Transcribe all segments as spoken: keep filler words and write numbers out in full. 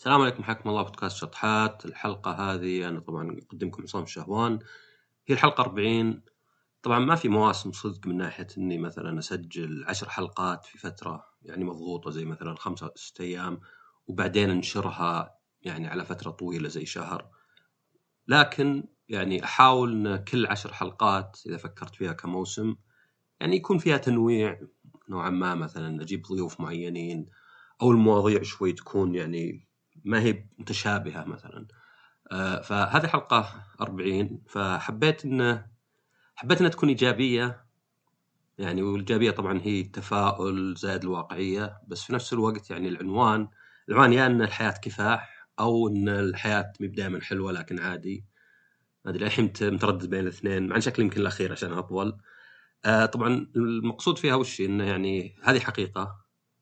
السلام عليكم، حياكم الله بودكاست شطحات. الحلقة هذه أنا طبعا أقدمكم عصام الشهوان. هي الحلقة أربعين. طبعا ما في مواسم صدق من ناحية أني مثلا أسجل عشر حلقات في فترة يعني مضغوطة زي مثلا خمسة أو ستة أيام وبعدين أنشرها يعني على فترة طويلة زي شهر، لكن يعني أحاول أن كل عشر حلقات إذا فكرت فيها كموسم يعني يكون فيها تنويع نوعا ما، مثلا أجيب ضيوف معينين أو المواضيع شوي تكون يعني ما هي متشابهة مثلا. آه، فهذه حلقة أربعين، فحبيت إنه حبيت إنها تكون إيجابية يعني، والإيجابية طبعا هي التفاؤل زائد الواقعية، بس في نفس الوقت يعني العنوان العنوان يا أن الحياة كفاح أو أن الحياة مي دائما حلوة لكن عادي. ما أدري، الحين متردد بين الاثنين، مع شكل يمكن الأخير عشان أطول. آه، طبعا المقصود فيها وش إنه يعني هذه حقيقة،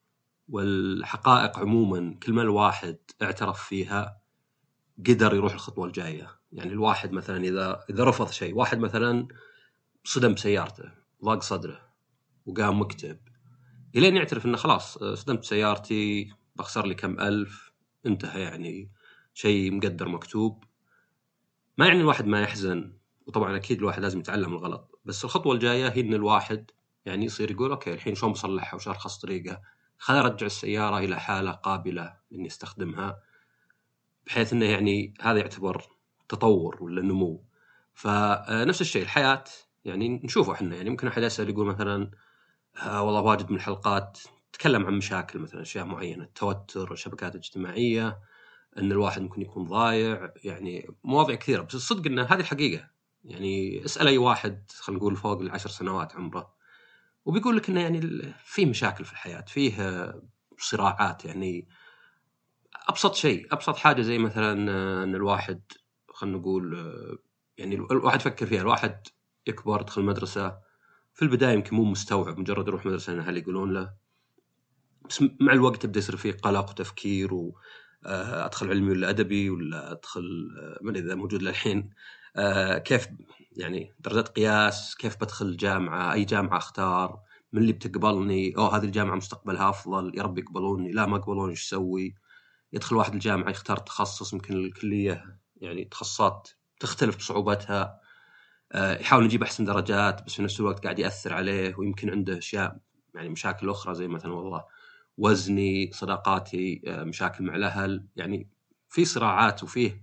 والحقائق عموما كل ما الواحد اعترف فيها قدر يروح الخطوة الجاية. يعني الواحد مثلا إذا إذا رفض شيء، واحد مثلا صدم بسيارته ضاق صدره وقام مكتئب، إلين يعترف إنه خلاص صدمت سيارتي بخسر لي كم ألف، انتهى يعني شيء مقدر مكتوب. ما يعني الواحد ما يحزن، وطبعا أكيد الواحد لازم يتعلم الغلط، بس الخطوة الجاية هي إن الواحد يعني يصير يقول أوكي الحين شلون بصلحها وش أرخص طريقة، خليني أرجع السيارة إلى حالة قابلة إني استخدمها، بحيث إنه يعني هذا يعتبر تطور ولا نمو. فنفس الشيء الحياة يعني نشوفه إحنا، يعني ممكن أحد يسأل يقول مثلا آه والله واجد من الحلقات تتكلم عن مشاكل مثلا أشياء معينة، التوتر، الشبكات الاجتماعية، أن الواحد ممكن يكون ضايع، يعني مواضيع كثيرة. بس الصدق أن هذه الحقيقة. يعني اسأل أي واحد خلينا نقول فوق العشر سنوات عمره وبيقول لك أنه يعني في مشاكل في الحياة، فيه صراعات. يعني أبسط شيء، أبسط حاجة زي مثلا أن الواحد خلينا نقول يعني الواحد يفكر فيها، الواحد يكبر يدخل مدرسة، في البداية يمكن مو مستوعب مجرد يروح مدرسة أن أهله يقولون له، بس مع الوقت يبدأ يصير فيه قلق وتفكير، وأدخل علمي ولا أدبي ولا أدخل من إذا موجود للحين كيف يعني درجات قياس، كيف بدخل جامعة، أي جامعة أختار، من اللي بتقبلني، أو هذه الجامعة مستقبلها أفضل، يا رب يقبلوني، لا ما قبلوني إيش أسوي. يدخل واحد الجامعة يختار تخصص، يمكن الكلية يعني تخصصات تختلف بصعوبتها، يحاول يجيب أحسن درجات بس في نفس الوقت قاعد يأثر عليه، ويمكن عنده أشياء يعني مشاكل أخرى زي مثلا والله وزني، صداقاتي، مشاكل مع الأهل، يعني في صراعات وفيه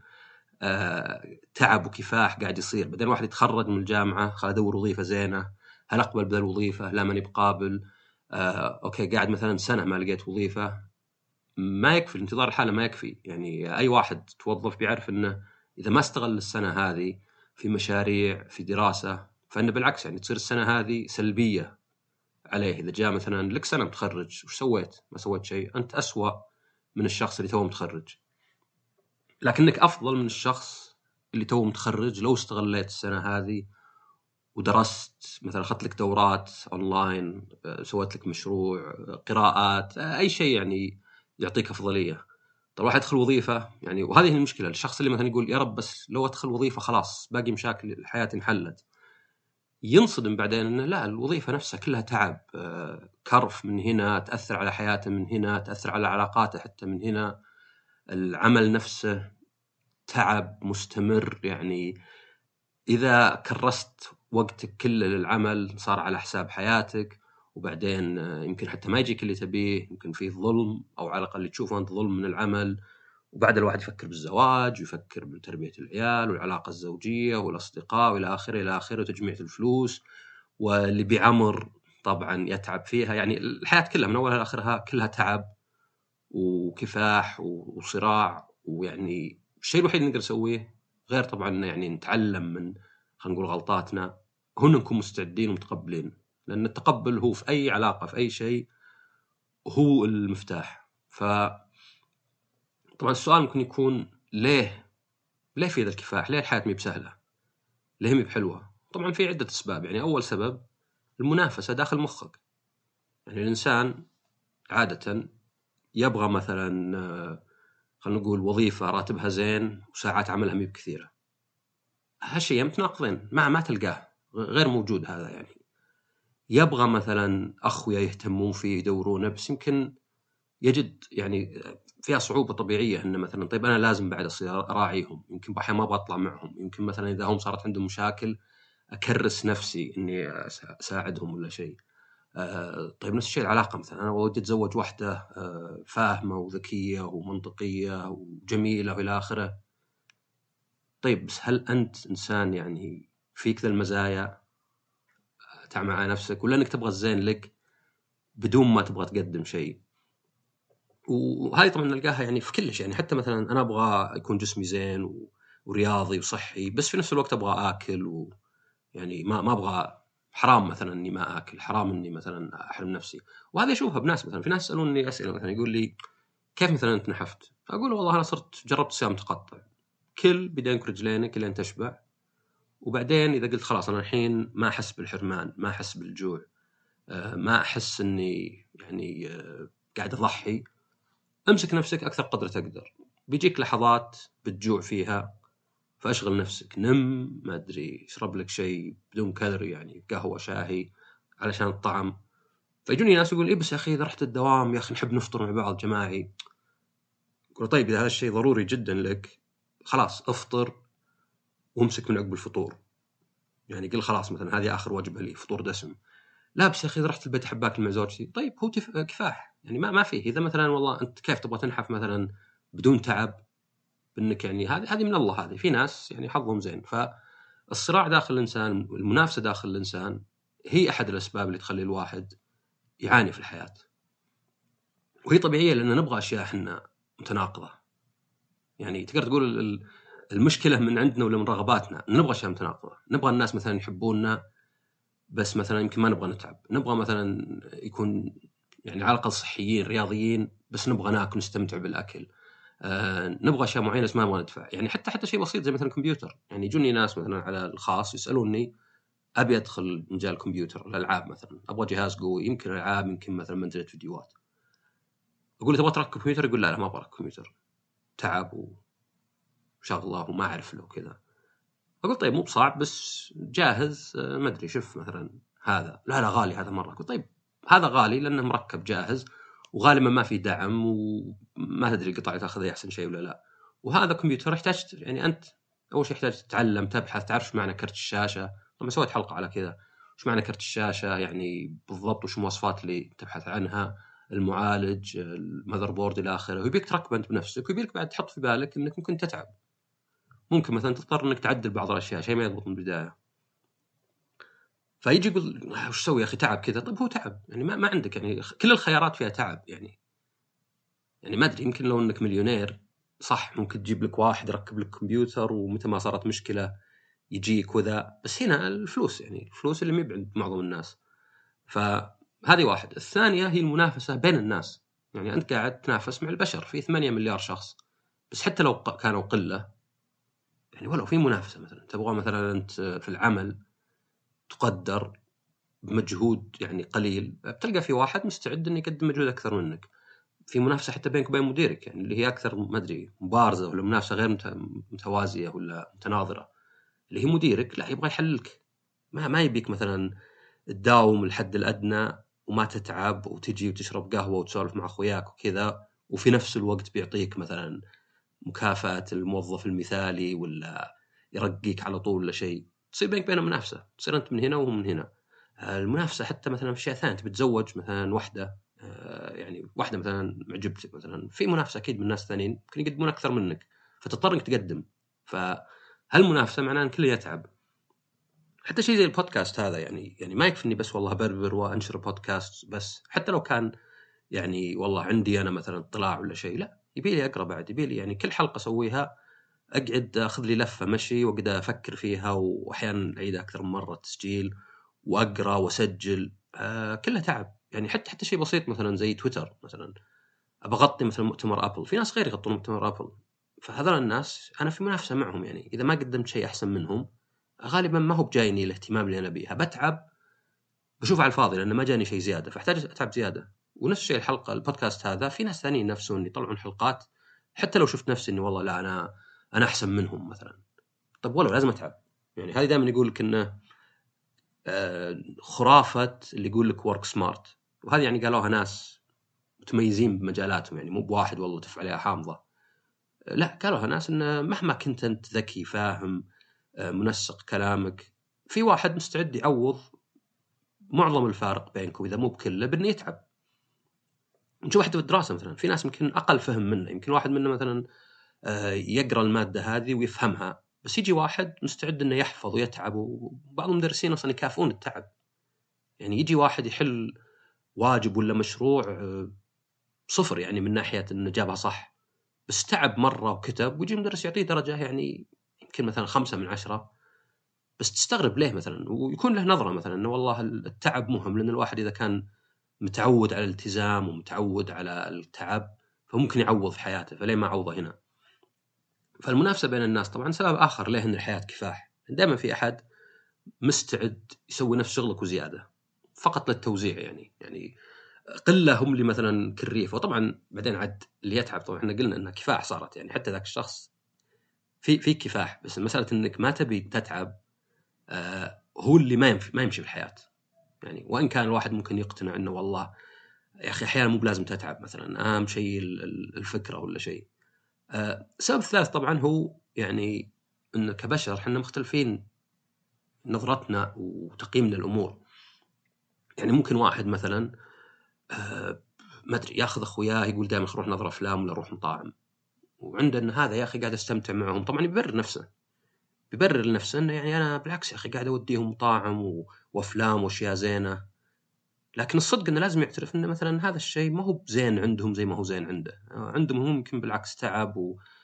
تعب وكفاح قاعد يصير. بعدين واحد يتخرج من الجامعة، خل أدور وظيفة زينة، هل أقبل بذا الوظيفة، لا ماني بقابل، أوكي قاعد مثلا سنة ما لقيت وظيفة، ما يكفي الانتظار الحالة، ما يكفي. يعني أي واحد توظف بيعرف أنه إذا ما استغل السنة هذه في مشاريع في دراسة، فإنه بالعكس يعني تصير السنة هذه سلبية عليه. إذا جاء مثلا لك سنة متخرج وش سويت؟ ما سويت شيء، أنت أسوأ من الشخص اللي توه متخرج، لكنك أفضل من الشخص اللي توه متخرج لو استغليت السنة هذه ودرست، مثلا أخذت لك دورات أونلاين، سويت لك مشروع، قراءات، أي شيء يعني يعطيك أفضلية. طب واحد يدخل وظيفة يعني، وهذه المشكلة، الشخص اللي مثلا يقول يا رب بس لو أدخل وظيفة خلاص باقي مشاكل الحياة انحلت، ينصدم بعدين أنه لا، الوظيفة نفسها كلها تعب، كرف من هنا، تأثر على حياته من هنا، تأثر على علاقاته حتى من هنا، العمل نفسه تعب مستمر. يعني إذا كرست وقتك كله للعمل صار على حساب حياتك، وبعدين يمكن حتى ما يجيك اللي تبيه، يمكن فيه ظلم، أو على الأقل تشوفه أنت ظلم من العمل، وبعد الواحد يفكر بالزواج ويفكر بتربية العيال والعلاقة الزوجية والأصدقاء وإلى آخره إلى آخره، وتجميع الفلوس، واللي بعمر طبعا يتعب فيها. يعني الحياة كلها من أولها لآخرها كلها تعب وكفاح وصراع. ويعني الشيء الوحيد اللي نقدر نسويه غير طبعا يعني نتعلم من خلينا نقول غلطاتنا، هو نكون مستعدين ومتقبلين، لأن التقبل هو في أي علاقة في أي شيء هو المفتاح. ف طبعا السؤال ممكن يكون ليه ليه في ذا الكفاح؟ ليه الحياة مي بسهلة؟ ليه مي بحلوة؟ طبعا في عدة أسباب. يعني أول سبب المنافسة داخل مخك. يعني الإنسان عادة يبغى مثلا خلينا نقول وظيفة راتبها زين وساعات عملها مي بكثيرة، هالشيء متناقضين، ما ما تلقاه، غير موجود هذا. يعني يبغى مثلا أخويا يهتمون فيه يدورونه، بس يمكن يجد يعني فيها صعوبة طبيعية إنه مثلا طيب أنا لازم بعد أصير أراعيهم، يمكن بأحيان ما أبغى أطلع معهم، يمكن مثلا إذا هم صارت عندهم مشاكل أكرس نفسي إني أساعدهم ولا شيء. آه طيب نفس الشيء العلاقة، مثلا أنا ودي أتزوج واحدة آه فاهمة وذكية ومنطقية وجميلة وإلى آخره. طيب بس هل أنت إنسان يعني فيك ذا المزايا تعمل على نفسك، ولا أنك تبغى الزين لك بدون ما تبغى تقدم شيء؟ وهاي طبعا نلقاها يعني في كل شيء، يعني حتى مثلا أنا أبغى يكون جسمي زين ورياضي وصحي، بس في نفس الوقت أبغى آكل، ويعني ما ما أبغى حرام مثلا إني ما آكل، حرام إني مثلا أحرم نفسي. وهذا أشوفها بناس، مثلا في ناس يسألوني أسئلة مثلا يقول لي كيف مثلا أنت نحفت؟ فأقول والله أنا صرت جربت صيام متقطع، كل بدينك ورجلينك لين تشبع، وبعدين إذا قلت خلاص أنا الحين ما أحس بالحرمان، ما أحس بالجوع، ما أحس إني يعني قاعد أضحي، امسك نفسك أكثر قدر تقدر. بيجيك لحظات بتجوع فيها، فأشغل نفسك، نم، ما أدري، اشرب لك شيء بدون كالوري، يعني قهوة شاهي علشان الطعم. فيجوني ناس يقول إيه بس يا أخي إذا رحت الدوام يا أخي نحب نفطر مع بعض جماعي. يقول طيب إذا هذا الشيء ضروري جدا لك خلاص افطر وامسك من عقب الفطور، يعني قل خلاص مثلا هذه آخر وجبة لي، فطور دسم. لا بس يا أخي إذا رحت البيت أحب أكل مع زوجتي، طيب هو كفاح، يعني ما ما فيه. إذا مثلا والله أنت كيف تبغى تنحف مثلا بدون تعب، بأنك يعني هذه هذه من الله، هذه في ناس يعني حظهم زين. فالصراع داخل الإنسان، المنافسة داخل الإنسان، هي أحد الأسباب اللي تخلي الواحد يعاني في الحياة. وهي طبيعية لأن نبغى أشياء إحنا متناقضة، يعني تقدر تقول المشكلة من عندنا ولا من رغباتنا، نبغى أشياء متناقضة. نبغى الناس مثلا يحبوننا بس مثلا يمكن ما نبغى نتعب، نبغى مثلا يكون يعني على الأقل صحيين رياضيين بس نبغى ناكل نستمتع بالأكل. آه نبغى أشياء معينة بس ما نبغى ندفع. يعني حتى حتى شيء بسيط زي مثلا الكمبيوتر، يعني يجوني ناس مثلا على الخاص يسألوني أبي أدخل مجال الكمبيوتر، الألعاب مثلا، أبغى جهاز قوي، يمكن ألعاب، يمكن مثلا منتجة فيديوهات. أقول له تبغى تركب كمبيوتر؟ يقول لا لا ما أبغى أركب كمبيوتر، تعب وشغله وما أعرف له كذا. أقول طيب مو بصعب بس جاهز، آه ما أدري شوف مثلا هذا، لا لا غالي هذا مرة. أقول طيب هذا غالي لأنه مركب جاهز وغالبا ما في دعم وما تدري القطع تاخذها أحسن شيء ولا لا. وهذا كمبيوتر يحتاج يعني أنت أول شيء يحتاج تتعلم، تبحث، تعرف معنى كرت الشاشة. طبعا سويت حلقة على كذا، وش معنى كرت الشاشة يعني بالضبط، وش المواصفات اللي تبحث عنها، المعالج، المذر بورد إلى آخره. ويبيك تركب أنت بنفسك، ويبيك بعد تحط في بالك أنك ممكن تتعب، ممكن مثلا تضطر أنك تعدل بعض الأشياء، شيء ما يضبط من البداية. فيجي يقول وش سوي يا أخي تعب كذا؟ طيب هو تعب يعني ما, ما عندك يعني كل الخيارات فيها تعب. يعني يعني ما أدري، يمكن لو أنك مليونير صح ممكن تجيب لك واحد يركب لك كمبيوتر ومتى ما صارت مشكلة يجيك وذا، بس هنا الفلوس، يعني الفلوس اللي مي عند معظم الناس. فهذه واحد. الثانية هي المنافسة بين الناس، يعني أنت قاعد تنافس مع البشر في ثمانية مليار شخص، بس حتى لو كانوا قلة يعني ولو في منافسة، مثلا تبغى مثلا أنت في العمل تقدر بمجهود يعني قليل، بتلقى في واحد مستعد انه يقدم مجهود اكثر منك. في منافسه حتى بينك وبين مديرك، يعني اللي هي اكثر ما ادري مبارزه ولا منافسه غير متوازيه ولا متناظره، اللي هي مديرك لا يبغى يحللك، ما ما يبيك مثلا تداوم الحد الادنى وما تتعب وتجي وتشرب قهوه وتسولف مع اخوياك وكذا، وفي نفس الوقت بيعطيك مثلا مكافاه الموظف المثالي ولا يرقيك على طول ولا شيء. تصير بينك بينه منافسه، تصير انت من هنا وهم من هنا. المنافسه حتى مثلا في اشياء ثانيه، تتزوج مثلا واحده، يعني واحده مثلا معجبتك مثلا، في منافسه اكيد من ناس ثانيين ممكن يقدمون اكثر منك فتضطر انك تقدم. فهالمنافسه معناه ان الكل يتعب. حتى شيء زي البودكاست هذا، يعني يعني ما يكفي اني بس والله بربر وانشر بودكاست بس، حتى لو كان يعني والله عندي انا مثلا اطلاع ولا شيء، لا يبي لي اقرا بعد، يبي لي يعني كل حلقه اسويها اقعد اخذ لي لفه مشي واقعد افكر فيها، واحيانا اعيدها اكثر من مره تسجيل واقرا واسجل، آه كلها تعب. يعني حتى حتى شيء بسيط مثلا زي تويتر مثلا، ابى اغطي مثلا مؤتمر ابل، في ناس غير يغطون مؤتمر ابل، فهذول الناس انا في منافسه معهم، يعني اذا ما قدمت شيء احسن منهم غالبا ما هو بجايني الاهتمام اللي انا بيها، بتعب بشوف على الفاضي لانه ما جاني شيء زياده، فاحتاج اتعب زياده. ونفس الشيء الحلقه البودكاست هذا، في ناس ثانيين نفسهم يطلعون حلقات حتى لو شفت نفسي اني والله لا انا انا احسن منهم مثلا، طب ولو لازم اتعب. يعني هذه دائما يقول لك انه خرافه اللي يقول لك ورك سمارت، وهذه يعني قالوها ناس متميزين بمجالاتهم، يعني مو بواحد والله تف عليها حامضة. لا، قالوها ناس إن مهما كنت أنت ذكي فاهم منسق كلامك، في واحد مستعد يعوض معظم الفارق بينكم إذا مو بكله بإنه يتعب. نشوف حتى في الدراسة مثلا، في ناس يمكن أقل فهم منه، يمكن واحد منه مثلا يقرأ المادة هذه ويفهمها، بس يجي واحد مستعد إنه يحفظ ويتعب، وبعض المدرسين أصلا يكافئون التعب. يعني يجي واحد يحل واجب ولا مشروع صفر يعني من ناحية إنه جابها صح، بس تعب مرة وكتب، ويجي المدرس يعطيه درجة يعني يمكن مثلا خمسة من عشرة، بس تستغرب ليه مثلا، ويكون له نظرة مثلا إنه والله التعب مهم، لأن الواحد إذا كان متعود على الالتزام ومتعود على التعب فممكن يعوض في حياته، فليه ما عوضه هنا؟ فالمنافسة بين الناس طبعا سبب آخر ليه إن الحياة كفاح. دائما في أحد مستعد يسوي نفس شغلك وزيادة فقط للتوزيع، يعني يعني قلة هم اللي مثلا كالريف. وطبعا بعدين عد اللي يتعب، طبعا احنا قلنا انها كفاح صارت، يعني حتى ذاك الشخص في في كفاح، بس مسألة انك ما تبي تتعب آه هو اللي ما يمشي ما يمشي في الحياة. يعني وان كان الواحد ممكن يقتنع انه والله يا اخي احيانا مو بلازم تتعب، مثلا اهم شيء الفكرة ولا شيء. آه السبب الثالث طبعا هو يعني ان كبشر احنا مختلفين نظرتنا وتقييمنا الامور. يعني ممكن واحد مثلا آه ما ادري ياخذ اخوياه يقول دائما نروح نظر افلام ولا نروح مطاعم، وعنده ان هذا يا اخي قاعد استمتع معهم، طبعا يبرر نفسه بيبرر لنفسه انه يعني انا بالعكس يا اخي قاعد اوديهم مطاعم و... وافلام واشياء زينه. لكن الصدق انه لازم يعترف انه مثلا هذا الشيء ما هو زين عندهم زي ما هو زين عنده. عندهم هم يمكن بالعكس تعب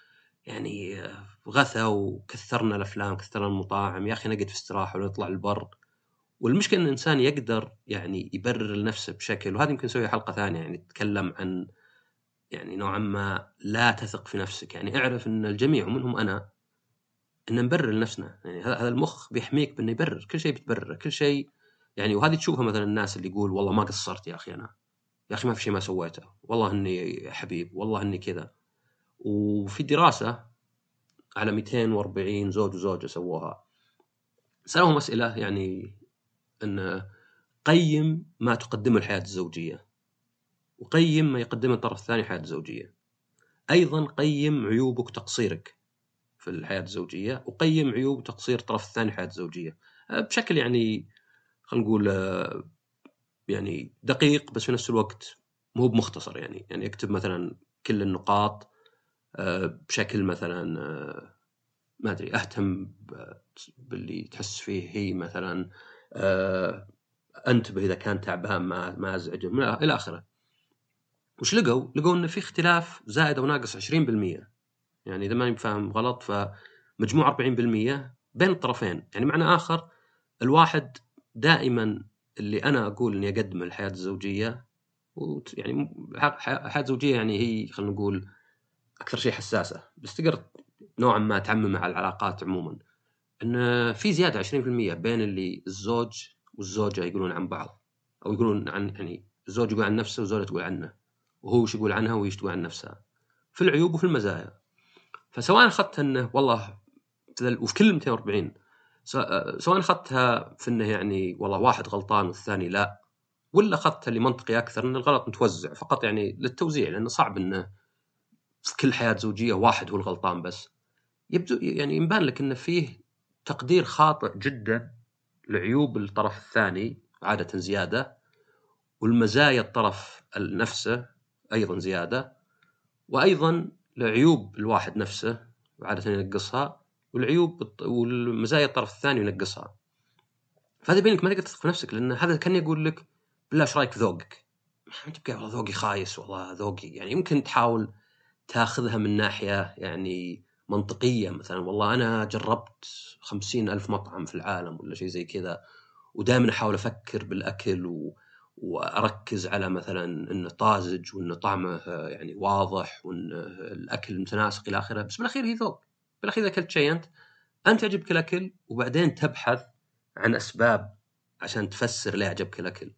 ويعني غثى وكثرنا الافلام كثرنا المطاعم، يا اخي نقعد في استراحه ونطلع البر. والمشكله ان الانسان يقدر يعني يبرر لنفسه بشكل، وهذه يمكن نسوي حلقه ثانيه يعني تتكلم عن يعني نوعا ما لا تثق في نفسك. يعني اعرف ان الجميع ومنهم انا ان نبرر لنفسنا، يعني هذا المخ بيحميك بانه يبرر كل شيء، بتبرر كل شيء يعني. وهذه تشوفها مثلا الناس اللي يقول والله ما قصرت يا اخي، انا يا اخي ما في شيء ما سويته، والله اني حبيب، والله اني كذا. وفي دراسه على مئتين وأربعين زوج وزوجه سووها، سالوهم اسئله يعني ان قيم ما تقدمه الحياه الزوجيه، وقيم ما يقدمه الطرف الثاني الحياه الزوجيه، ايضا قيم عيوبك وتقصيرك في الحياه الزوجيه، وقيم عيوب وتقصير الطرف الثاني الحياه الزوجيه بشكل يعني خلينا نقول يعني دقيق، بس في نفس الوقت مو بمختصر. يعني يعني اكتب مثلا كل النقاط بشكل مثلا ما ادري اهتم باللي تحس فيه هي، مثلا انتبه اذا كان تعبان ما ما ازعجه الى اخره. وش لقوا؟ لقوا ان في اختلاف زائد او ناقص عشرين بالمئة، يعني اذا ماني فاهم غلط فمجموع أربعين بالمئة بين الطرفين. يعني معنى اخر الواحد دائما اللي انا اقول اني اقدم الحياه الزوجيه، يعني حياه زوجيه يعني هي خلينا نقول اكثر شيء حساسه، بس تقدر نوعا ما تعمم على العلاقات عموما، ان في زياده عشرين بالمئة بين اللي الزوج والزوجه يقولون عن بعض، او يقولون عن يعني الزوج يقول عن نفسه والزوجه تقول عنه، وهو وش يقول عنها وهي تقول عن نفسها في العيوب وفي المزايا. فسواء اخذت انه والله وفي كل مئتين وأربعين سواء اخذتها في انه يعني والله واحد غلطان والثاني لا، ولا اخذتها لمنطقي اكثر ان الغلط متوزع فقط يعني للتوزيع، لانه صعب انه في كل حياه زوجيه واحد هو الغلطان بس. يبدو يعني يبان لك انه فيه تقدير خاطئ جدا لعيوب الطرف الثاني عاده زياده، والمزايا الطرف نفسه ايضا زياده، وايضا لعيوب الواحد نفسه وعاده ينقصها، والعيوب والمزايا الطرف الثاني ينقصها. فهذا يبين لك ما تقدر تثق في نفسك، لان هذا كان يقول لك بالله ايش رايك في ذوقك؟ ما تبقى والله ذوقي خايس، والله ذوقي يعني يمكن تحاول تاخذها من ناحيه يعني منطقيه، مثلا والله انا جربت خمسين ألف مطعم في العالم ولا شيء زي كذا، ودائما احاول افكر بالاكل و... واركز على مثلا انه طازج وانه طعمه يعني واضح وان الاكل متناسق الى اخره، بس بالاخير هي ذوق. بالاخير اذا اكلت شيء انت انت عجبك الاكل، وبعدين تبحث عن اسباب عشان تفسر ليه عجبك الاكل.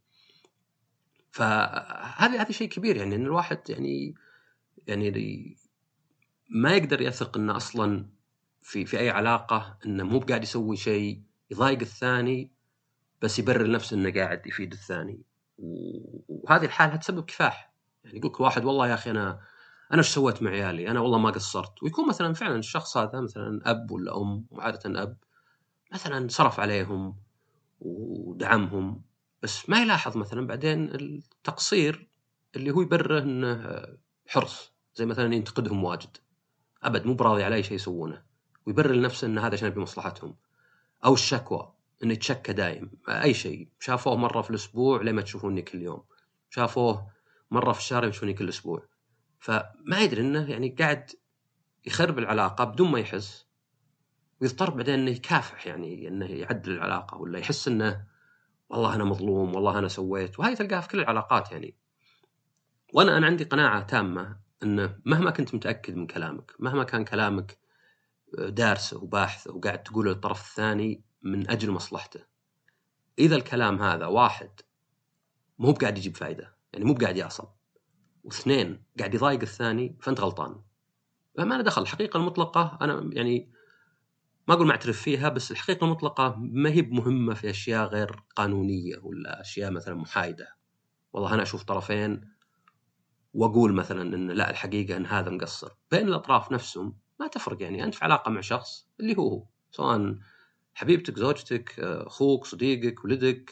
فهذا هذا شيء كبير، يعني ان الواحد يعني يعني ما يقدر يثق انه اصلا في في اي علاقه انه مو قاعد يسوي شيء يضايق الثاني بس يبرر نفسه انه قاعد يفيد الثاني، وهذه الحالة تسبب كفاح. يعني يقول كل واحد والله يا اخي انا انا ايش سويت مع عيالي، انا والله ما قصرت، ويكون مثلا فعلا الشخص هذا مثلا اب ولا ام، وعاده اب مثلا صرف عليهم ودعمهم، بس ما يلاحظ مثلا بعدين التقصير اللي هو يبرره انه حرص، زي مثلا ينتقدهم واجد ابد مو براضي على اي شيء يسوونه، ويبرر لنفسه ان هذا عشان بمصلحتهم، او الشكوى انه يتشكى دايم اي شيء، شافوه مره في الاسبوع ليه ما تشوفوني كل يوم، شافوه مره في الشهر يشوفوني كل اسبوع، فما يدري انه يعني قاعد يخرب العلاقه بدون ما يحس، ويضطر بعدين انه يكافح، يعني انه يعدل العلاقه، ولا يحس انه والله انا مظلوم، والله انا سويت، وهذه تلقاها في كل العلاقات يعني. وانا انا عندي قناعه تامه انه مهما كنت متاكد من كلامك، مهما كان كلامك دارسه وباحثه وقاعد تقوله للطرف الثاني من اجل مصلحته، اذا الكلام هذا واحد مو بقاعد يجيب فائده، يعني مو بقاعد يعصب، واثنين قاعد يضايق الثاني، فانت غلطان. ما أنا دخل الحقيقه المطلقه، انا يعني ما اقول معترف فيها، بس الحقيقه المطلقه ما هي مهمه في اشياء غير قانونيه ولا اشياء مثلا محايده. والله انا اشوف طرفين واقول مثلا ان لا الحقيقه ان هذا مقصر، بين الاطراف نفسهم ما تفرق. يعني انت في علاقه مع شخص اللي هو هو، سواء حبيبتك، زوجتك، اخوك، صديقك، ولدك،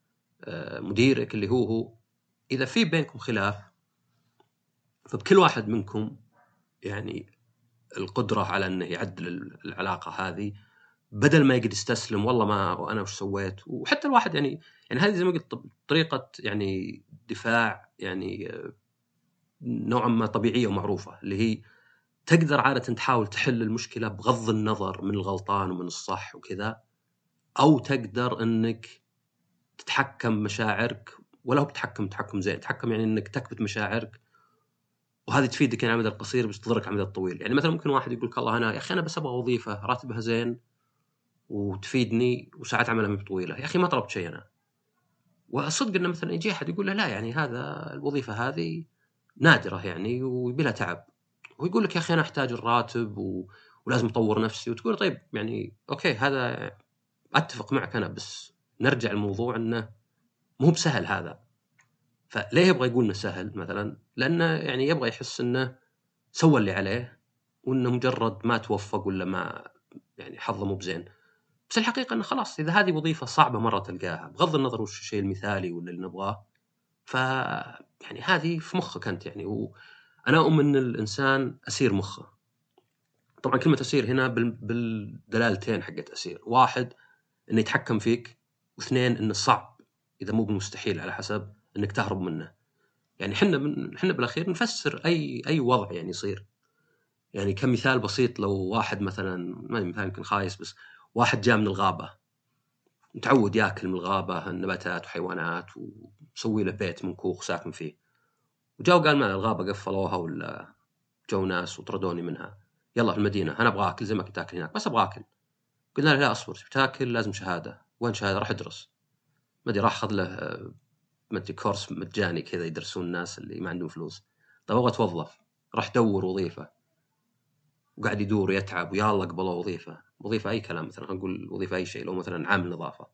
مديرك اللي هو هو، اذا في بينكم خلاف فبكل واحد منكم يعني القدره على انه يعدل العلاقه هذه، بدل ما يقعد يستسلم والله ما انا وش سويت. وحتى الواحد يعني يعني هذه زي ما قلت طريقه يعني دفاع يعني نوعا ما طبيعيه ومعروفه، اللي هي تقدر عادة تحاول تحل المشكلة بغض النظر من الغلطان ومن الصح وكذا، أو تقدر أنك تتحكم مشاعرك، ولا هو بتحكم تحكم زين، تحكم يعني أنك تكبت مشاعرك، وهذه تفيدك يعني على المدى القصير بس تضرك على المدى الطويل. يعني مثلا ممكن واحد يقول الله أنا يا أخي أنا بس أبغى وظيفة راتبها زين وتفيدني وساعات عملها مش طويلة، يا أخي ما طلبت شيء أنا. وصدق أنه مثلا يجي أحد يقول له لا يعني هذا الوظيفة هذه نادرة يعني ويبي لها تعب، ويقول لك يا أخي أنا أحتاج الراتب و... ولازم أطور نفسي، وتقول طيب يعني أوكي هذا أتفق معك أنا، بس نرجع الموضوع أنه مو بسهل هذا. فليه يبغى يقول إنه سهل مثلا؟ لأنه يعني يبغى يحس إنه سوى اللي عليه، وإنه مجرد ما توفق ولا ما يعني حظه مو بزين. بس الحقيقة إنه خلاص إذا هذه وظيفة صعبة مرة تلقاها، بغض النظر وش الشيء المثالي ولا اللي نبغاه، ف يعني هذه في مخك أنت يعني. وأنا أؤمن إن الإنسان أسير مخه. طبعا كلمة أسير هنا بالدلالتين حقت أسير، واحد إنه يتحكم فيك، واثنين إنه صعب إذا مو بالمستحيل على حسب إنك تهرب منه. يعني حنا من حنا بالأخير نفسر أي أي وضع يعني يصير. يعني كمثال بسيط، لو واحد مثلا ما مثال يمكن خايس، بس واحد جاء من الغابة متعود ياكل من الغابة النباتات وحيوانات ومسوي له بيت من كوخ ساكن فيه، وجاء وقال ما الغابة قفلوها ولا جو ناس وطردوني منها، يلا في المدينة أنا أبغى أكل زي ما كنت أكل هناك، بس أبغى أكل. قلنا له لا أصبر، تاكل لازم شهادة. وين شهادة؟ راح أدرس. ما أدري راح أخذ له ما أدري كورس مجاني كذا يدرسون الناس اللي ما عندهم فلوس. طيب أبغى أتوظف، راح دور وظيفة، وقاعد يدور ويتعب، ويا الله قبله وظيفة وظيفة أي كلام، مثلا نقول وظيفة أي شيء، لو مثلا عامل نظافة.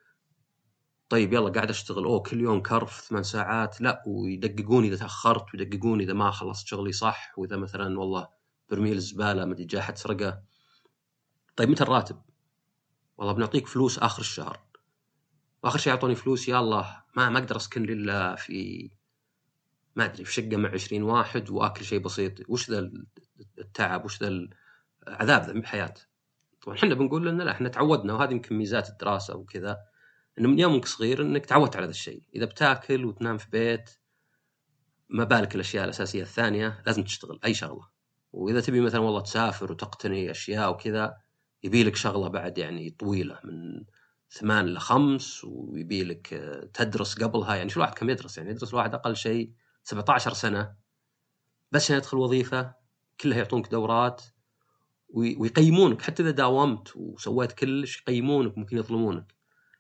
طيب يلا قاعد أشتغل أوه كل يوم كرف ثمان ساعات، لا ويدققون إذا تأخرت، ويدققون إذا ما خلصت شغلي صح، وإذا مثلا والله برميل الزبالة ما أدري جاء أحد سرقه. طيب متى الراتب؟ والله بنعطيك فلوس آخر الشهر. واخر شيء يعطوني فلوس، يا الله ما ما اقدر اسكن الا في ما ادري في شقه مع عشرين واحد واكل شيء بسيط. وش ذا التعب، وش ذا العذاب ذا بحياه. طبعا احنا بنقول لنا لا، احنا تعودنا، وهذه يمكن ميزات الدراسه وكذا، انه من يومك صغير انك تعودت على هذا الشيء. اذا بتاكل وتنام في بيت، ما بالك الاشياء الاساسيه الثانيه لازم تشتغل اي شغله. واذا تبي مثلا والله تسافر وتقتني اشياء وكذا، يبي لك شغله بعد يعني طويله من ثمان لخمس، ويبي لك تدرس قبلها. يعني شو الواحد كم يدرس؟ يعني يدرس الواحد أقل شيء سبعة عشر سنة بس عشان يدخل وظيفة كلها يعطونك دورات ويقيمونك، حتى إذا داومت وسويت كلش يقيمونك، ممكن يظلمونك.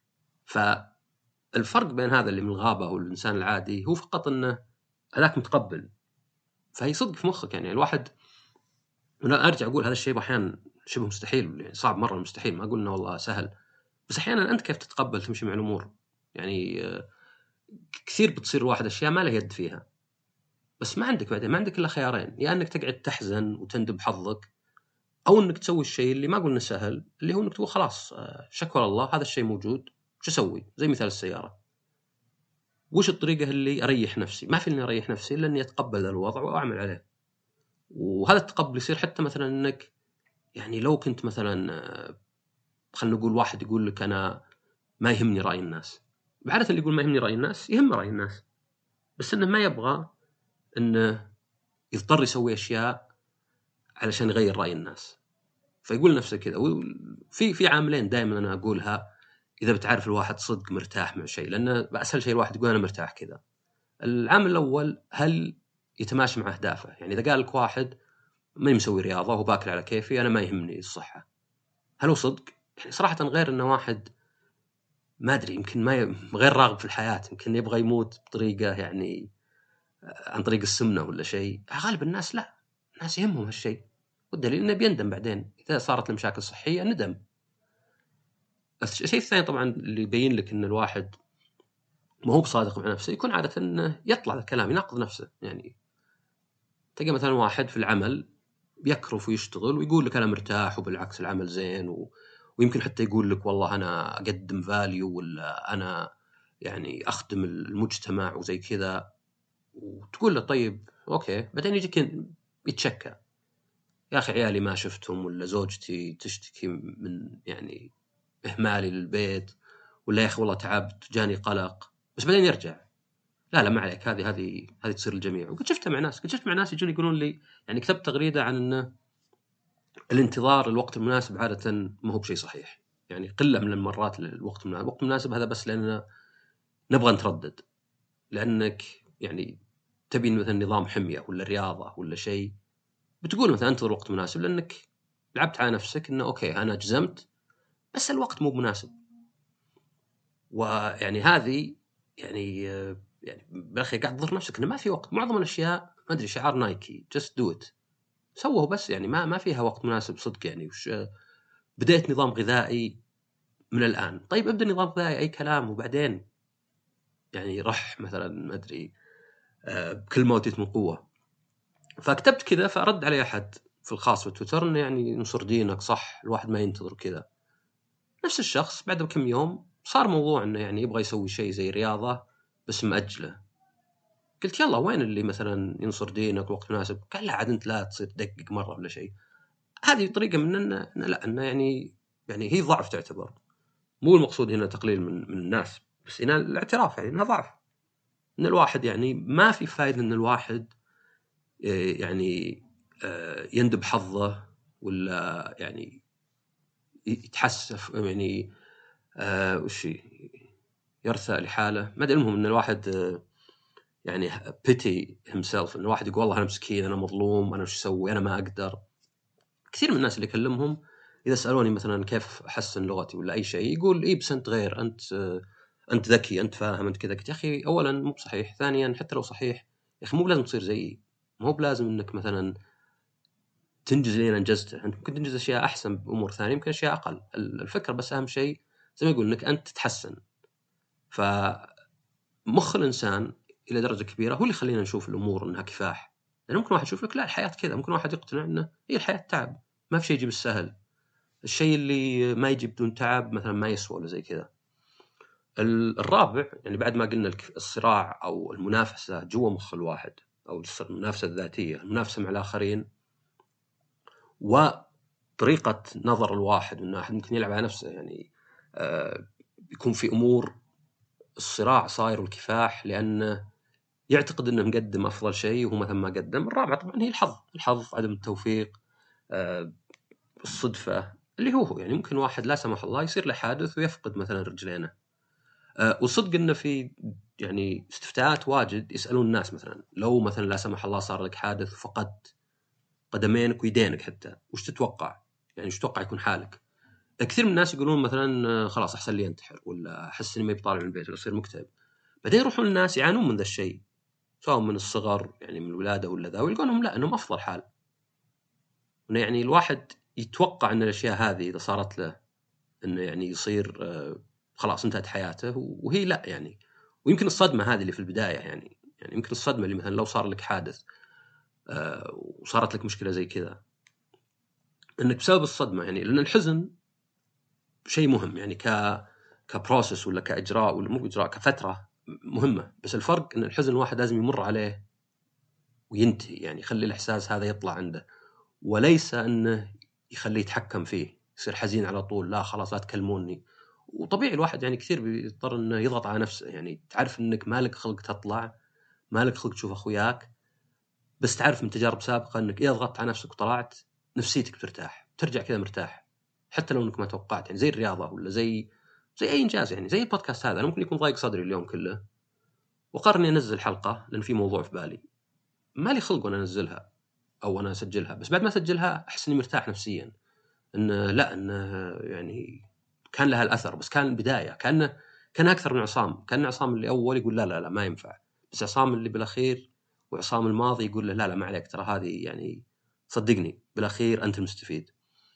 فالفرق بين هذا اللي من الغابة والإنسان العادي هو فقط أنه هذاك متقبل، فهي صدق في مخك. يعني الواحد، أنا أرجع أقول هذا الشيء أحيانا شبه مستحيل، يعني صعب مرة مستحيل، ما أقول إنه والله سهل، بس أحيانا أنت كيف تتقبل تمشي مع الأمور. يعني كثير بتصير واحد أشياء ما له يد فيها، بس ما عندك بعدين ما عندك إلا خيارين، يا يعني أنك تقعد تحزن وتندب حظك، أو أنك تسوي الشيء اللي ما قلنا سهل، اللي هو أنك تقول خلاص شكر الله هذا الشيء موجود، وش أسوي؟ زي مثال السيارة، وش الطريقة اللي أريح نفسي؟ ما في إني أريح نفسي إلا إني أتقبل الوضع وأعمل عليه. وهذا التقبل يصير حتى مثلا إنك يعني لو كنت مثلا خلنا نقول واحد يقول لك أنا ما يهمني رأي الناس، بعادة اللي يقول ما يهمني رأي الناس يهم رأي الناس، بس إنه ما يبغى إنه يضطر يسوي أشياء علشان يغير رأي الناس، فيقول نفسه كذا. وفي في عاملين دائما أنا أقولها إذا بتعرف الواحد صدق مرتاح مع شيء، لأنه أسهل شيء الواحد يقول أنا مرتاح كذا. العامل الأول هل يتماشى مع أهدافه؟ يعني إذا قال لك واحد ما مسوي رياضة وباكل على كيفي أنا ما يهمني الصحة، هل هو صدق؟ يعني صراحة غير إنه واحد ما أدري يمكن ما ي... غير راغب في الحياة، يمكن يبغى يموت بطريقة يعني عن طريق السمنة ولا شيء. غالب الناس لا، الناس يهمهم هالشيء، والدليل إنه بيندم بعدين إذا صارت له مشاكل صحية ندم. الشيء الثاني طبعا اللي يبين لك إن الواحد ما هو بصادق مع نفسه يكون عادة إنه يطلع الكلام يناقض نفسه. يعني تلقى مثلا واحد في العمل يكرف ويشتغل ويقول لك أنا مرتاح وبالعكس العمل زين و... ويمكن حتى يقول لك والله أنا أقدم فاليو ولا أنا يعني أخدم المجتمع وزي كذا، وتقول له طيب أوكي، بعدين يجيك يتشكى، يا أخي عيالي ما شفتهم، ولا زوجتي تشتكي من يعني إهمالي للبيت، ولا يا أخي والله تعبت جاني قلق، بس بعدين يرجع لا لا ما عليك، هذه هذه هذه تصير الجميع. وقد شفتها مع ناس، قد شفت مع ناس يجون يقولون لي يعني كتبت تغريدة عن أنه الانتظار الوقت المناسب عادة ما هو بشيء صحيح، يعني قلة من المرات الوقت المناسب. الوقت المناسب هذا بس لأننا نبغى نتردد، لأنك يعني تبي مثلا نظام حمية ولا رياضة ولا شيء، بتقول مثلا انتظر وقت مناسب لأنك لعبت على نفسك إنه أوكي أنا جزمت بس الوقت مو مناسب. ويعني هذه يعني يعني بالأخير قاعد تضر نفسك إنه ما في وقت. معظم الأشياء ما أدري شعار نايكي just do it، سووه بس يعني ما ما فيها وقت مناسب صدق. يعني وش بديت نظام غذائي من الآن، طيب ابدأ نظام غذائي أي كلام وبعدين يعني رح مثلا ما أدري بكل ما أوتيت من قوة. فكتبت كذا فرد علي أحد في الخاص بتويتر إنه يعني نصر دينك صح الواحد ما ينتظر كذا. نفس الشخص بعد بكم يوم صار موضوع إنه يعني يبغى يسوي شيء زي رياضة بس مأجله. قلت يلا وين اللي مثلا ينصر دينك وقت مناسب؟ قال لا عاد أنت لا تصير تدقق مرة ولا شيء. هذه طريقة من إنه لا إنه يعني يعني هي ضعف تعتبر، مو المقصود هنا تقليل من من الناس، بس هنا الاعتراف يعني انها ضعف. ان الواحد يعني ما في فائده ان الواحد يعني يندب حظه ولا يعني يتحسف يعني وش يرثى لحاله ما ادري. المهم ان الواحد يعني pity himself، ان الواحد يقول والله انا مسكين انا مظلوم انا وش اسوي انا ما اقدر. كثير من الناس اللي اكلمهم اذا سالوني مثلا كيف احسن لغتي ولا اي شيء يقول اي بس انت غير، انت انت ذكي انت فاهم انت كذا. يا اخي اولا مو بصحيح، ثانيا حتى لو صحيح يا اخي مو بلازم تصير زيي، مو بلازم انك مثلا تنجز اللي انا انجزته، انت ممكن تنجز اشياء احسن بامور ثانيه يمكن اشياء اقل. الفكره بس اهم شيء زي ما يقول انك انت تتحسن. فمخ الانسان الى درجه كبيره هو اللي يخلينا نشوف الامور انها كفاح. لان ممكن واحد يشوف لك لا الحياه كذا، ممكن واحد يقتنع انه هي الحياه تعب، ما في شيء يجي بالسهل، الشيء اللي ما يجي بدون تعب مثلا ما يسوى ولا زي كذا. الرابع يعني بعد ما قلنا الصراع أو المنافسة جوا مخ الواحد أو المنافسة الذاتية، المنافسة مع الآخرين، وطريقة نظر الواحد أنه أحد ممكن يلعب على نفسه. يعني آه يكون في أمور الصراع صاير والكفاح لأنه يعتقد أنه مقدم أفضل شيء وهو مثلا ما قدم. الرابعة طبعا هي الحظ، الحظ عدم التوفيق، آه الصدفة اللي هو يعني ممكن واحد لا سمح الله يصير له حادث ويفقد مثلا رجلينه. أه وصدق انه في يعني استفتاءات واجد يسالون الناس مثلا لو مثلا لا سمح الله صار لك حادث وفقدت قدمينك ويدينك حتى وش تتوقع؟ يعني وش تتوقع يكون حالك؟ كثير من الناس يقولون مثلا خلاص احسن لي انتحر ولا احس اني ما بطالع من البيت ولا اصير مكتئب. بعدين يروحون الناس يعانون من ذا الشيء سواء من الصغر يعني من الولاده ولا ذا، ويلقونهم لا انهم افضل حال. يعني الواحد يتوقع ان الاشياء هذه اذا صارت له انه يعني يصير آه خلاص انتهت حياته، وهي لا يعني. ويمكن الصدمة هذه اللي في البداية يعني يعني يمكن الصدمة اللي مثلا لو صار لك حادث آه وصارت لك مشكلة زي كذا، انك بسبب الصدمة، يعني لأن الحزن شيء مهم يعني ك كبروسس ولا كإجراء ولا مو إجراء، كفترة مهمة، بس الفرق ان الحزن الواحد لازم يمر عليه وينتهي، يعني يخلي الإحساس هذا يطلع عنده، وليس انه يخليه يتحكم فيه يصير حزين على طول، لا خلاص لا تكلموني. وطبيعي الواحد يعني كثير بيضطر انه يضغط على نفسه، يعني تعرف انك مالك خلق تطلع، مالك خلق تشوف اخوياك، بس تعرف من تجارب سابقه انك اذا ضغطت على نفسك وطلعت نفسيتك بترتاح، ترجع كذا مرتاح حتى لو انك ما توقعت، يعني زي الرياضه ولا زي زي اي انجاز، يعني زي البودكاست هذا. انا ممكن يكون ضايق صدري اليوم كله وقرني انزل حلقه لان في موضوع في بالي، مالي خلق وانا انزلها او انا اسجلها، بس بعد ما اسجلها احس اني مرتاح نفسيا، ان لا انه يعني كان لها الاثر، بس كان البدايه كانه كان اكثر من عصام، كان عصام اللي اول يقول لا لا لا ما ينفع، بس عصام اللي بالاخير وعصام الماضي يقول له لا لا ما عليك، ترى هذه يعني صدقني بالاخير انت المستفيد.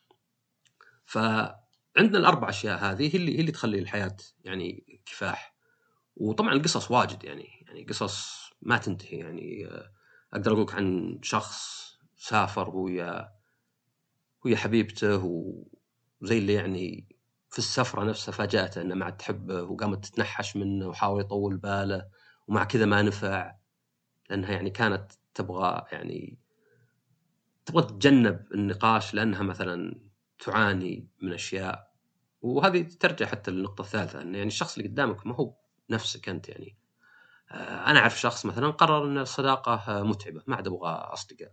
فعندنا الاربع اشياء هذه هي اللي هي اللي تخلي الحياه يعني كفاح. وطبعا القصص واجد، يعني يعني قصص ما تنتهي، يعني اقدر اقولك عن شخص سافر ويا ويا حبيبته وزي اللي يعني في السفرة نفسها فاجأته أنه ما عاد تحبه وقامت تتنحش منه وحاول يطول باله، ومع كذا ما نفع لأنها يعني كانت تبغى يعني تبغى تتجنب النقاش لأنها مثلا تعاني من أشياء. وهذه ترجع حتى للنقطة الثالثة، أن يعني الشخص اللي قدامك ما هو نفسك أنت. يعني أنا أعرف شخص مثلا قرر أن الصداقة متعبة، ما عاد أبغى أصدقاء،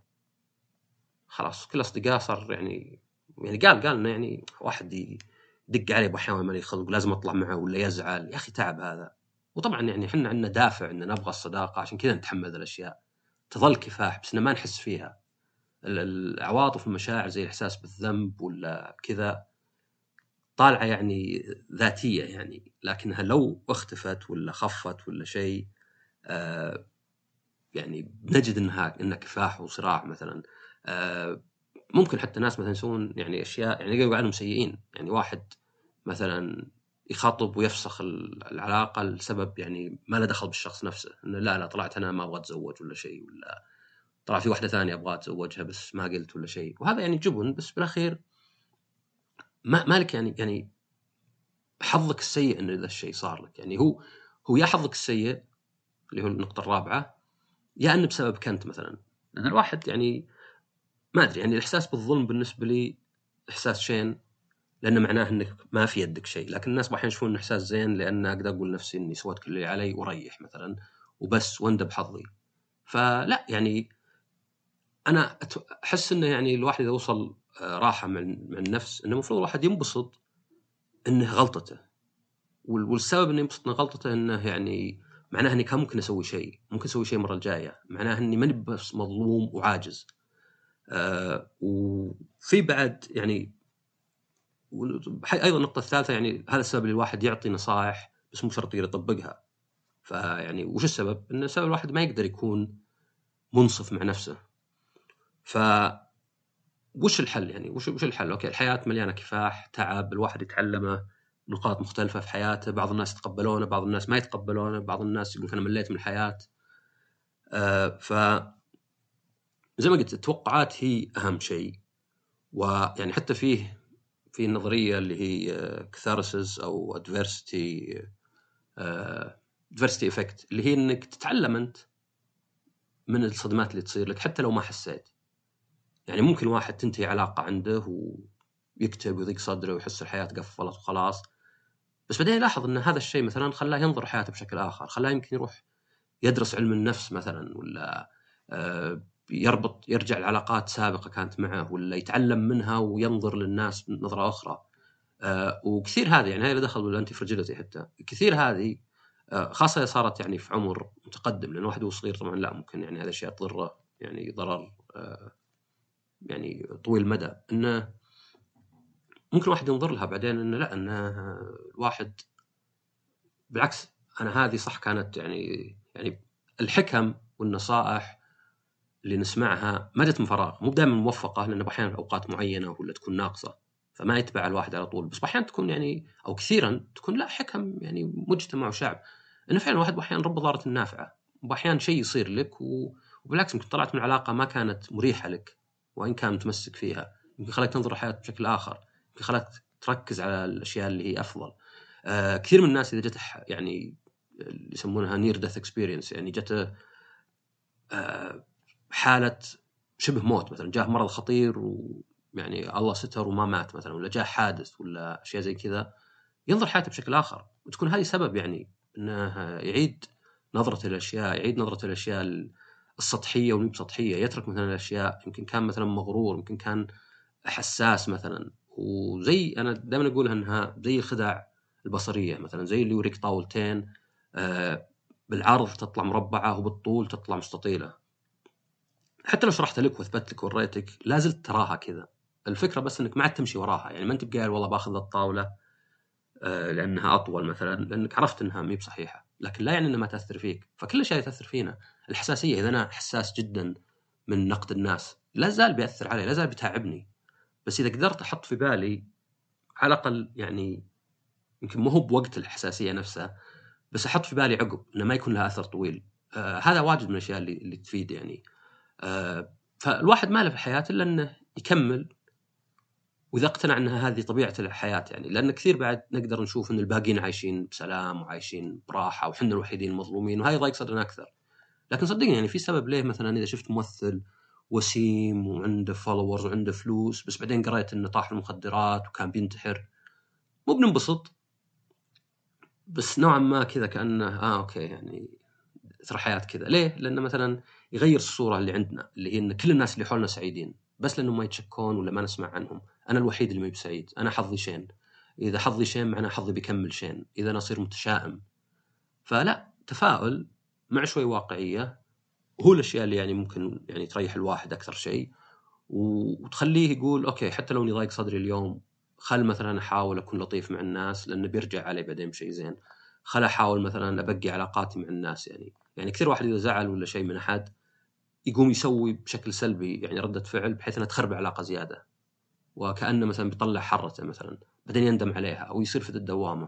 خلاص كل أصدقاء صار يعني يعني قال قال إنه يعني واحد يدق عليه بأحيان ما يخلق لازم أطلع معه ولا يزعل، يا أخي تعب هذا. وطبعا يعني إحنا عندنا دافع إن نبغى الصداقة عشان كذا نتحمل الأشياء، تظل كفاح بس إن ما نحس فيها. العواطف والمشاعر زي الإحساس بالذنب ولا كذا طالعة يعني ذاتية يعني، لكنها لو اختفت ولا خفت ولا شيء آه يعني بنجد إنها إنها كفاح وصراع مثلا. آه ممكن حتى ناس مثلا يسوون يعني اشياء يعني يقولوا عنهم سيئين، يعني واحد مثلا يخاطب ويفسخ العلاقه لسبب يعني ما له دخل بالشخص نفسه، انه لا لا طلعت انا ما ابغى اتزوج ولا شيء، ولا طلع في واحده ثانيه ابغى اتزوجها بس ما قلت ولا شيء، وهذا يعني جبن، بس بالاخير ما مالك يعني يعني حظك السيء ان ذا الشيء صار لك. يعني هو هو يا حظك السيء اللي هو النقطه الرابعه، يا انه بسببك انت مثلا. لان الواحد يعني ما ادري، يعني الاحساس بالظلم بالنسبه لي احساس شين، لأنه معناه أنك ما في يدك شيء، لكن الناس بحين يشوفون إنه إحساس زين لأن أقدر أقول نفسي إني سويت كل اللي علي وريح مثلا وبس وندب حظي. فلا يعني أنا أحس إنه يعني الواحد إذا وصل راحة من من النفس، إنه المفروض الواحد ينبسط إنه غلطته، والسبب إنه ينبسط إنه غلطته إنه يعني معناه إني كان ممكن أسوي شيء، ممكن أسوي شيء المرة الجاية، معناه إني ماني بس مظلوم وعاجز. أه وفي بعد يعني ايضا النقطه الثالثه، يعني هذا السبب اللي الواحد يعطي نصائح بس مو شرط يطبقها. فيعني وش السبب؟ ان السبب الواحد ما يقدر يكون منصف مع نفسه. ف وش الحل؟ يعني وش وش الحل؟ اوكي الحياه مليانه كفاح تعب، الواحد يتعلمه نقاط مختلفه في حياته، بعض الناس يتقبلونه بعض الناس ما يتقبلونه، بعض الناس يقول انا مليت من الحياه. آه ف زي ما قلت التوقعات هي اهم شيء. ويعني حتى فيه في نظريه اللي هي كثارسيس او ادفيرسيتي ديفرستي افكت، اللي هي انك تتعلم انت من الصدمات اللي تصير لك حتى لو ما حسيت. يعني ممكن واحد تنتهي علاقه عنده ويكتب ويضيق صدره ويحس الحياه قفلت وخلاص، بس بعدين يلاحظ ان هذا الشيء مثلا خلاه ينظر حياته بشكل اخر، خلاه يمكن يروح يدرس علم النفس مثلا، ولا يربط يرجع لعلاقات سابقه كانت معه، ولا يتعلم منها وينظر للناس بنظره اخرى. وكثير هذه يعني هاي اللي دخل بالانتي فرجيلتي، حتى كثير هذه خاصة إذا صارت يعني في عمر متقدم، لأن واحد وصغير طبعا لا ممكن يعني هذا الشيء تضره يعني ضرر يعني طويل المدى، إنه ممكن واحد ينظر لها بعدين إنه لا، إنه الواحد بالعكس أنا هذه صح كانت يعني يعني الحكم والنصائح اللي نسمعها ما جت من فراغ، مو دائما موفقة، لأن أحيانا أوقات معينة ولا تكون ناقصة فما يتبع الواحد على طول، بس أحيانا تكون يعني أو كثيرا تكون لا حكم يعني مجتمع وشعب، إنه فعلا الواحد أحيانا رب ضارة النافعة. وأحيانا شيء يصير لك و... وبالعكس يمكن طلعت من علاقة ما كانت مريحة لك وإن كان متمسك فيها، يمكن خلاك تنظر الحياة بشكل آخر، يمكن خلاك تركز على الأشياء اللي هي أفضل. آه كثير من الناس إذا جت يعني اللي يسمونها نير ديث اكسبيرينس، يعني جت آه حالة شبه موت مثلا، جاه مرض خطير ويعني الله ستر وما مات مثلا، ولا جاه حادث ولا أشياء زي كذا، ينظر حياته بشكل آخر، وتكون هذه سبب يعني أنه يعيد نظرة الأشياء، يعيد نظرة الأشياء السطحية والمي بسطحية، يترك مثلا الأشياء يمكن كان مثلا مغرور، يمكن كان حساس مثلا. وزي أنا دائما أقولها أنها زي الخدع البصرية مثلا، زي اللي يوريك طاولتين آه بالعرض تطلع مربعة وبالطول تطلع مستطيلة، حتى لو شرحت لك واثبت لك وريتك لازلت تراها كذا. الفكرة بس أنك ما عاد تمشي وراها، يعني ما أنت بقايل والله باخذ الطاولة آه لأنها أطول مثلا، لأنك عرفت أنها مي بصحيحة، لكن لا يعني أنها ما تأثر فيك. فكل شيء يتأثر فينا. الحساسية، إذا أنا حساس جدا من نقد الناس لا زال بيأثر علي، لا زال بيتعبني، بس إذا قدرت أحط في بالي على الأقل، يعني يمكن مو هو بوقت الحساسية نفسها، بس أحط في بالي عقب أنه ما يكون لها أثر طويل، آه هذا واجد من الأشياء اللي, اللي تفيد يعني. آه فالواحد ما له في حياته إلا أنه يكمل، وإذا اقتنع أنها هذه طبيعة الحياة يعني. لأن كثير بعد نقدر نشوف أن الباقين عايشين بسلام وعايشين براحة وحنا الوحيدين المظلومين، وهذا يضايق صدرنا أكثر. لكن صدقني يعني في سبب ليه مثلا إذا شفت ممثل وسيم وعنده فولورز وعنده فلوس، بس بعدين قرأت أنه طاح في المخدرات وكان بينتحر، مو بننبسط، بس نوعا ما كذا كأنه آه أوكي يعني ترى حياة كذا. ليه؟ لأنه مثلا يغير الصورة اللي عندنا، اللي هي أن كل الناس اللي حولنا سعيدين، بس لأنه ما يتشكون ولا ما نسمع عنهم. أنا الوحيد اللي ما بسعيد، أنا حظي شين، إذا حظي شين معناه حظي بيكمل شين، إذا أنا أصير متشائم. فلا، تفاؤل مع شوي واقعية هو الأشياء اللي يعني ممكن يعني تريح الواحد أكثر شيء، وتخليه يقول أوكي حتى لو ضايق صدري اليوم، خل مثلا أحاول أكون لطيف مع الناس لأنه بيرجع علي بعدين بشيء زين. خل أحاول مثلا أبقي علاقاتي مع الناس. يعني يعني كثير واحد إذا زعل ولا شيء من أحد يقوم يسوي بشكل سلبي يعني ردة فعل بحيث أنها تخرب علاقة زيادة، وكأنه مثلا بيطلع حرته مثلا بعدين يندم عليها أو يصير في الدوامة.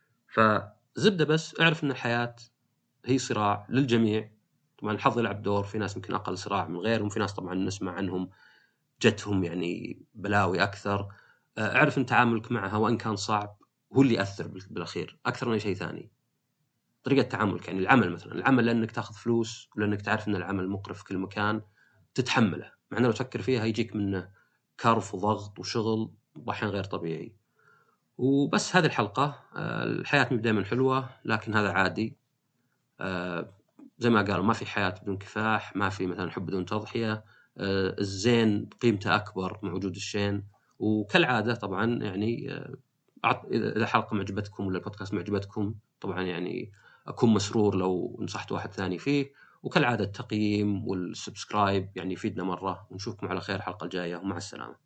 فزبدة بس اعرف أن الحياة هي صراع للجميع. طبعا الحظ يلعب دور، في ناس يمكن أقل صراع من غيرهم، في ناس طبعا نسمع عنهم جتهم يعني بلاوي أكثر. اعرف أن تعاملك معها وإن كان صعب هو اللي يأثر بالأخير أكثر من أي شيء ثاني. طريقة تعاملك يعني العمل مثلا، العمل لأنك تأخذ فلوس ولأنك تعرف أن العمل مقرف في كل مكان تتحمله، مع أنه لو تفكر فيها يجيك منه كرف وضغط وشغل وأحيان غير طبيعي. وبس هذه الحلقة. الحياة مش دائما حلوة لكن هذا عادي. زي ما قالوا ما في حياة بدون كفاح، ما في مثلا حب بدون تضحية. الزين قيمته أكبر مع وجود الشين. وكالعادة طبعا يعني إذا الحلقة معجبتكم ولا البودكاست معجبتكم طبعا يعني أكون مسرور لو نصحت واحد ثاني فيه. وكالعادة التقييم والسبسكرايب يعني يفيدنا مرة، ونشوفكم على خير الحلقة الجاية، ومع السلامة.